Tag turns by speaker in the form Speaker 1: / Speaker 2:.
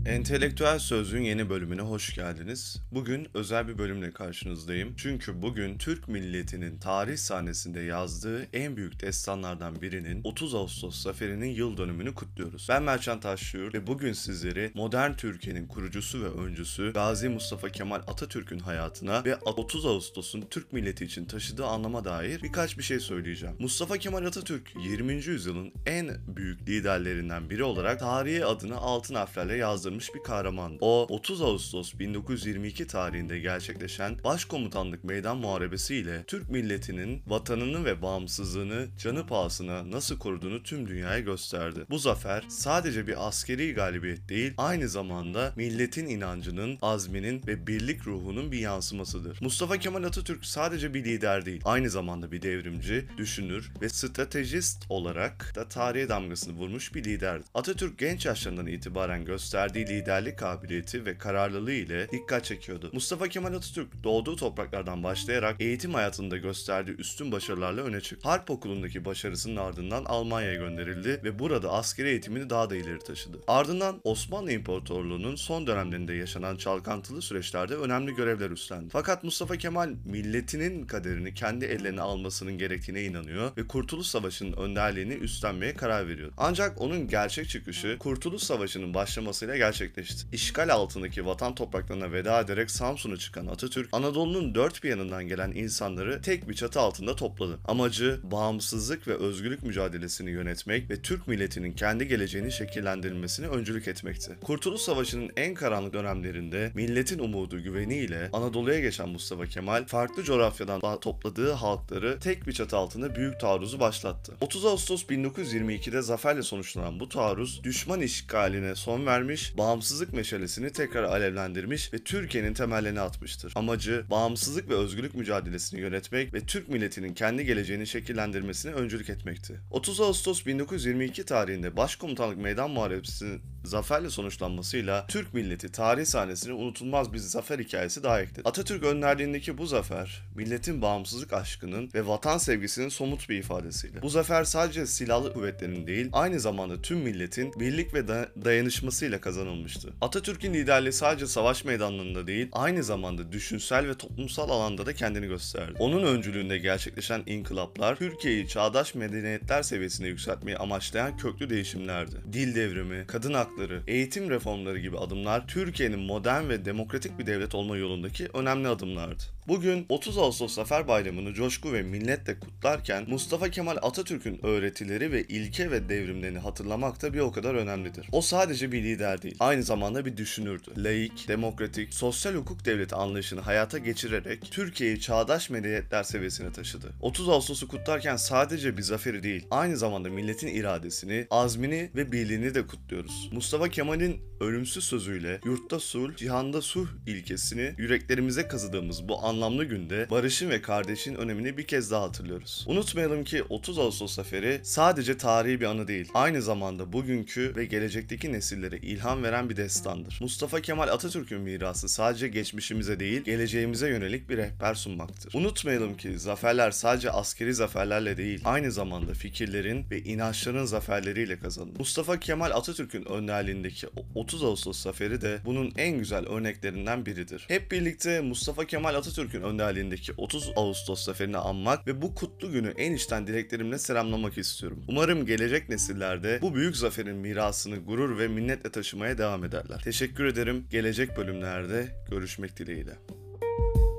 Speaker 1: Entelektüel Sözlüğün yeni bölümüne hoş geldiniz. Bugün özel bir bölümle karşınızdayım. Çünkü bugün Türk milletinin tarih sahnesinde yazdığı en büyük destanlardan birinin 30 Ağustos Zaferi'nin yıl dönümünü kutluyoruz. Ben Mertcan Taşyurt ve bugün sizleri modern Türkiye'nin kurucusu ve öncüsü Gazi Mustafa Kemal Atatürk'ün hayatına ve 30 Ağustos'un Türk milleti için taşıdığı anlama dair birkaç bir şey söyleyeceğim. Mustafa Kemal Atatürk 20. yüzyılın en büyük liderlerinden biri olarak tarihe adını altın harflerle yazdırmış bir kahraman. O 30 Ağustos 1922 tarihinde gerçekleşen Başkomutanlık Meydan Muharebesi ile Türk milletinin vatanını ve bağımsızlığını canı pahasına nasıl koruduğunu tüm dünyaya gösterdi. Bu zafer sadece bir askeri galibiyet değil, aynı zamanda milletin inancının, azminin ve birlik ruhunun bir yansımasıdır. Mustafa Kemal Atatürk sadece bir lider değil, aynı zamanda bir devrimci, düşünür ve stratejist olarak da tarihe damgasını vurmuş bir liderdi. Atatürk genç yaşlarından itibaren gösterdiği liderlik kabiliyeti ve kararlılığı ile dikkat çekiyordu. Mustafa Kemal Atatürk doğduğu topraklardan başlayarak eğitim hayatında gösterdiği üstün başarılarla öne çıktı. Harp Okulu'ndaki başarısının ardından Almanya'ya gönderildi ve burada askeri eğitimini daha da ileri taşıdı. Ardından Osmanlı İmparatorluğu'nun son dönemlerinde yaşanan çalkantılı süreçlerde önemli görevler üstlendi. Fakat Mustafa Kemal milletinin kaderini kendi ellerine almasının gerektiğine inanıyor ve Kurtuluş Savaşı'nın önderliğini üstlenmeye karar veriyor. Ancak onun gerçek çıkışı Kurtuluş Savaşı'nın başlamasıyla gerçekleşti. İşgal altındaki vatan topraklarına veda ederek Samsun'a çıkan Atatürk, Anadolu'nun dört bir yanından gelen insanları tek bir çatı altında topladı. Amacı bağımsızlık ve özgürlük mücadelesini yönetmek ve Türk milletinin kendi geleceğini şekillendirilmesine öncülük etmekti. Kurtuluş Savaşı'nın en karanlık dönemlerinde milletin umudu, güveniyle Anadolu'ya geçen Mustafa Kemal, farklı coğrafyadan topladığı halkları tek bir çatı altında büyük taarruzu başlattı. 30 Ağustos 1922'de zaferle sonuçlanan bu taarruz, düşman işgaline son vermiş, bağımsızlık meşalesini tekrar alevlendirmiş ve Türkiye'nin temellerini atmıştır. Amacı bağımsızlık ve özgürlük mücadelesini yönetmek ve Türk milletinin kendi geleceğini şekillendirmesine öncülük etmekti. 30 Ağustos 1922 tarihinde Başkomutanlık Meydan Muharebesi'nin zaferle sonuçlanmasıyla Türk milleti tarih sahnesine unutulmaz bir zafer hikayesi daha ekledi. Atatürk önderliğindeki bu zafer, milletin bağımsızlık aşkının ve vatan sevgisinin somut bir ifadesiydi. Bu zafer sadece silahlı kuvvetlerin değil, aynı zamanda tüm milletin birlik ve dayanışmasıyla kazanılmıştı. Atatürk'ün liderliği sadece savaş meydanlarında değil, aynı zamanda düşünsel ve toplumsal alanda da kendini gösterdi. Onun öncülüğünde gerçekleşen inkılaplar, Türkiye'yi çağdaş medeniyetler seviyesine yükseltmeyi amaçlayan köklü değişimlerdi. Dil devrimi, kadın hakları, eğitim reformları gibi adımlar, Türkiye'nin modern ve demokratik bir devlet olma yolundaki önemli adımlardı. Bugün 30 Ağustos Zafer Bayramı'nı coşku ve minnetle kutlarken Mustafa Kemal Atatürk'ün öğretileri ve ilke ve devrimlerini hatırlamak da bir o kadar önemlidir. O sadece bir lider değil, aynı zamanda bir düşünürdü. Laik, demokratik, sosyal hukuk devleti anlayışını hayata geçirerek Türkiye'yi çağdaş medeniyetler seviyesine taşıdı. 30 Ağustos'u kutlarken sadece bir zaferi değil, aynı zamanda milletin iradesini, azmini ve birliğini de kutluyoruz. Mustafa Kemal'in ölümsüz sözüyle yurtta sulh, cihanda suh ilkesini yüreklerimize kazıdığımız bu anlamlı günde barışın ve kardeşin önemini bir kez daha hatırlıyoruz. Unutmayalım ki 30 Ağustos Zaferi sadece tarihi bir anı değil, aynı zamanda bugünkü ve gelecekteki nesillere ilham veren bir destandır. Mustafa Kemal Atatürk'ün mirası sadece geçmişimize değil, geleceğimize yönelik bir rehber sunmaktır. Unutmayalım ki zaferler sadece askeri zaferlerle değil, aynı zamanda fikirlerin ve inançların zaferleriyle kazanılır. Mustafa Kemal Atatürk'ün önderliğindeki 30 Ağustos Zaferi de bunun en güzel örneklerinden biridir. Hep birlikte Mustafa Kemal Atatürk'ün önderliğindeki 30 Ağustos Zaferi'ni anmak ve bu kutlu günü en içten dileklerimle selamlamak istiyorum. Umarım gelecek nesillerde bu büyük zaferin mirasını gurur ve minnetle taşımaya devam ederler. Teşekkür ederim. Gelecek bölümlerde görüşmek dileğiyle.